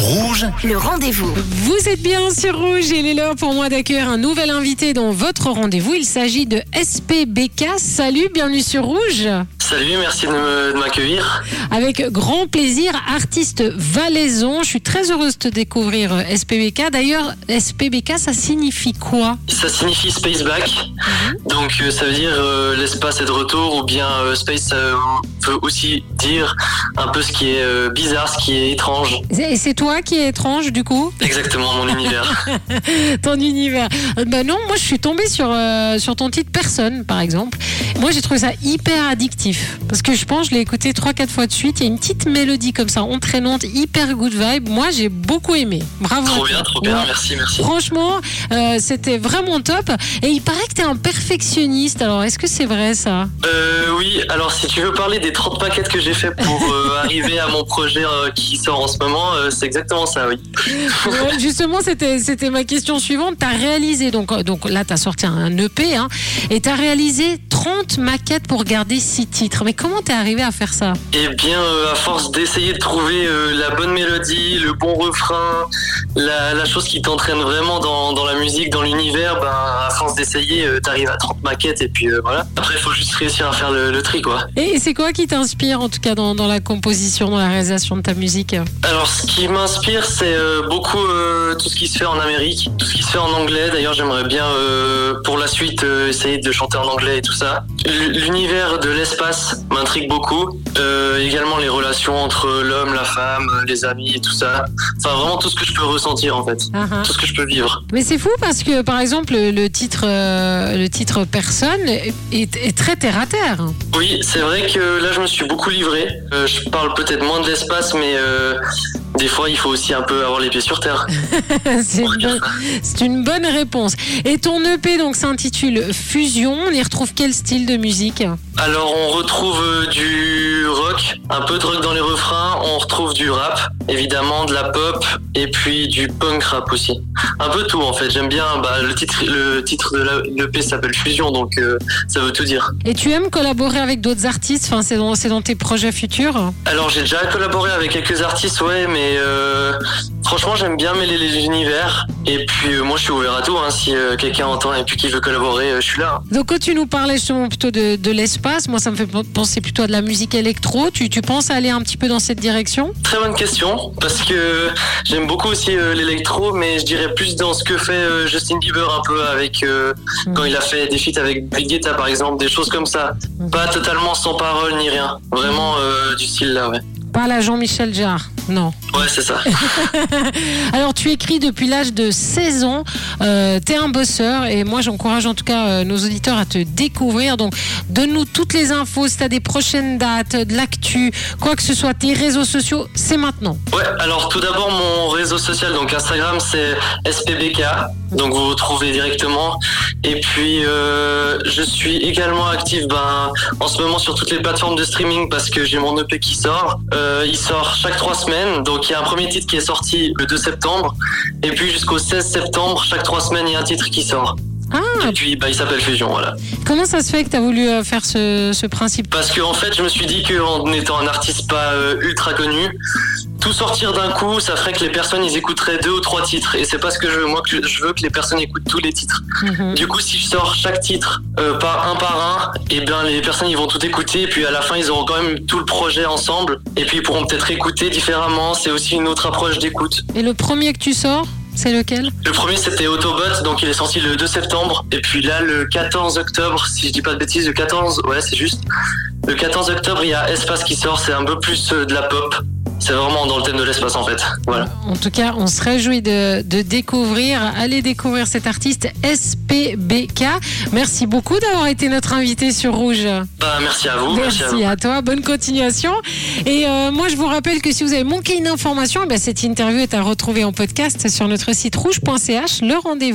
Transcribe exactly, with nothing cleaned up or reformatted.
Rouge, le rendez-vous. Vous êtes bien sur Rouge et il est l'heure pour moi d'accueillir un nouvel invité dans votre rendez-vous. Il s'agit de S P B K. Salut, bienvenue sur Rouge. Salut, merci de, me, de m'accueillir. Avec grand plaisir, artiste valaisan. Je suis très heureuse de te découvrir S P B K. D'ailleurs, S P B K, ça signifie quoi? Ça signifie Space Back. Mm-hmm. Donc euh, ça veut dire euh, l'espace est de retour, ou bien euh, Space ça veut aussi dire un peu ce qui est euh, bizarre, ce qui est étrange. Et c'est toi qui es étrange du coup? Exactement, mon univers. Ton univers. Ben non, moi je suis tombée sur, euh, sur ton titre Personne par exemple. Moi j'ai trouvé ça hyper addictif. Parce que je pense, je l'ai écouté trois quatre fois de suite. Il y a une petite mélodie comme ça, entraînante, hyper good vibe. Moi j'ai beaucoup aimé. Bravo. Trop bien, trop bien, ouais. merci, merci. Franchement, euh, c'était vraiment top. Et il paraît que tu es un perfectionniste. Alors est-ce que c'est vrai ça? euh, Oui, alors si tu veux parler des trente maquettes que j'ai fait pour euh, arriver à mon projet euh, qui sort en ce moment, euh, c'est exactement ça, oui. Ouais, justement, c'était, c'était ma question suivante. Tu as réalisé, donc, donc là tu as sorti un E P, hein, et tu as réalisé trente maquettes pour garder six titres. Mais comment t'es arrivé à faire ça? Eh bien, euh, à force d'essayer de trouver euh, la bonne mélodie, le bon refrain, la, la chose qui t'entraîne vraiment dans, dans la musique, dans l'univers, ben, à force d'essayer, euh, t'arrives à trente maquettes et puis euh, voilà. Après, il faut juste réussir à faire le, le tri, quoi. Et c'est quoi qui t'inspire, en tout cas, dans, dans la composition, dans la réalisation de ta musique? Alors, ce qui m'inspire, c'est euh, beaucoup euh, tout ce qui se fait en Amérique, tout ce qui se fait en anglais. D'ailleurs, j'aimerais bien, euh, pour la suite, euh, essayer de chanter en anglais et tout ça. L'univers de l'espace m'intrigue beaucoup. Euh, également les relations entre l'homme, la femme, les amis et tout ça. Enfin, vraiment tout ce que je peux ressentir, en fait. Uh-huh. Tout ce que je peux vivre. Mais c'est fou parce que, par exemple, le titre, euh, le titre Personne est, est très terre à terre. Oui, c'est vrai que là, je me suis beaucoup livré. Euh, je parle peut-être moins de l'espace, mais euh, des fois, il faut aussi un peu avoir les pieds sur terre. c'est, une bonne, c'est une bonne réponse. Et ton E P donc s'intitule Fusion. On y retrouve quel style de musique? Alors, on retrouve euh, du rock, un peu de rock dans les refrains. On retrouve du rap, évidemment, de la pop, et puis du punk rap aussi. Un peu tout, en fait. J'aime bien. Bah, le titre, le titre de l'E P s'appelle Fusion, donc euh, ça veut tout dire. Et tu aimes collaborer avec d'autres artistes? Enfin, c'est dans, c'est dans tes projets futurs? Alors, j'ai déjà collaboré avec quelques artistes, ouais, mais euh, franchement, j'aime bien mêler les univers. Et puis, euh, moi, je suis ouvert à tout. Hein. Si euh, quelqu'un entend et puis qui veut collaborer, euh, je suis là. Donc, quand tu nous parlais justement plutôt de, de l'espace, moi, ça me fait penser plutôt à de la musique électro. Tu, tu penses aller un petit peu dans cette direction? Très bonne question, parce que j'aime beaucoup aussi euh, l'électro, mais je dirais plus dans ce que fait euh, Justin Bieber un peu avec euh, mmh. quand il a fait des feats avec David Guetta, par exemple, des choses comme ça. Mmh. Pas totalement sans parole ni rien. Vraiment euh, du style là, ouais. Pas la Jean-Michel Jarre, non. Ouais, c'est ça. Alors, tu écris depuis l'âge de seize ans. Euh, t'es un bosseur et moi, j'encourage en tout cas euh, nos auditeurs à te découvrir. Donc, donne-nous toutes les infos. Si t'as des prochaines dates, de l'actu, quoi que ce soit, tes réseaux sociaux, c'est maintenant. Ouais, alors tout d'abord, mon réseau social, donc Instagram, c'est S P B K. Donc, vous vous trouvez directement. Et puis, euh, je suis également actif ben, en ce moment sur toutes les plateformes de streaming parce que j'ai mon E P qui sort. Euh, il sort chaque trois semaines. Donc, il y a un premier titre qui est sorti le deux septembre. Et puis, jusqu'au seize septembre, chaque trois semaines, il y a un titre qui sort. Ah. Et puis, bah, il s'appelle Fusion, voilà. Comment ça se fait que tu as voulu euh, faire ce, ce principe? Parce qu'en en fait, je me suis dit qu'en étant un artiste pas euh, ultra connu, tout sortir d'un coup, ça ferait que les personnes, ils écouteraient deux ou trois titres. Et c'est pas ce que je veux. Moi, que je veux que les personnes écoutent tous les titres. Mm-hmm. Du coup, si je sors chaque titre euh, par un par un, et bien les personnes, ils vont tout écouter. Et puis à la fin, ils auront quand même tout le projet ensemble. Et puis, ils pourront peut-être écouter différemment. C'est aussi une autre approche d'écoute. Et le premier que tu sors, c'est lequel? Le premier, c'était Autobot, donc il est sorti le deux septembre. Et puis là, le quatorze octobre, si je dis pas de bêtises, le quatorze, ouais, c'est juste. Le quatorze octobre, il y a Espace qui sort, c'est un peu plus de la pop. C'est vraiment dans le thème de l'espace, en fait. Voilà. En tout cas, on se réjouit de, de découvrir, allez découvrir cet artiste S P B K. Merci beaucoup d'avoir été notre invité sur Rouge. Bah, merci à vous. Merci, merci à, à toi. Bonne continuation. Et euh, moi, je vous rappelle que si vous avez manqué une information, eh bien, cette interview est à retrouver en podcast sur notre site rouge point c h. Le rendez-vous.